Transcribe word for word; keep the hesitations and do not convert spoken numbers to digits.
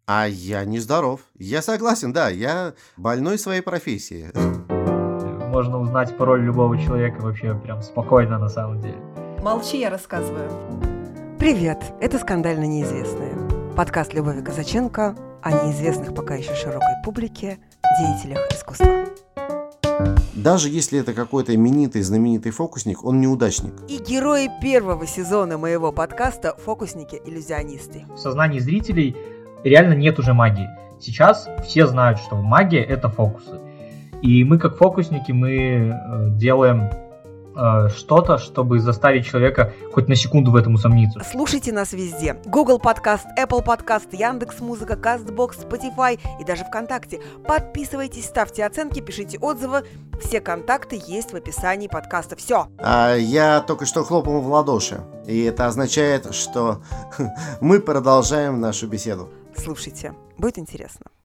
А я нездоров. Я согласен, да, я больной своей профессии. Можно узнать пароль любого человека вообще прям спокойно на самом деле. Молчи, я рассказываю. Привет, это «Скандально неизвестные». Подкаст Любови Казаченко о неизвестных пока еще широкой публике деятелях искусства. Даже если это какой-то именитый, знаменитый фокусник, он неудачник. И герои первого сезона моего подкаста – фокусники-иллюзионисты. В сознании зрителей реально нет уже магии. Сейчас все знают, что магия – это фокусы. И мы, как фокусники, мы делаем э, что-то, чтобы заставить человека хоть на секунду в этом усомниться. Слушайте нас везде. Google Подкаст, Apple Подкаст, Яндекс.Музыка, Castbox, Spotify и даже ВКонтакте. Подписывайтесь, ставьте оценки, пишите отзывы. Все контакты есть в описании подкаста. Все. А я только что хлопнул в ладоши. И это означает, что мы продолжаем нашу беседу. Слушайте, будет интересно.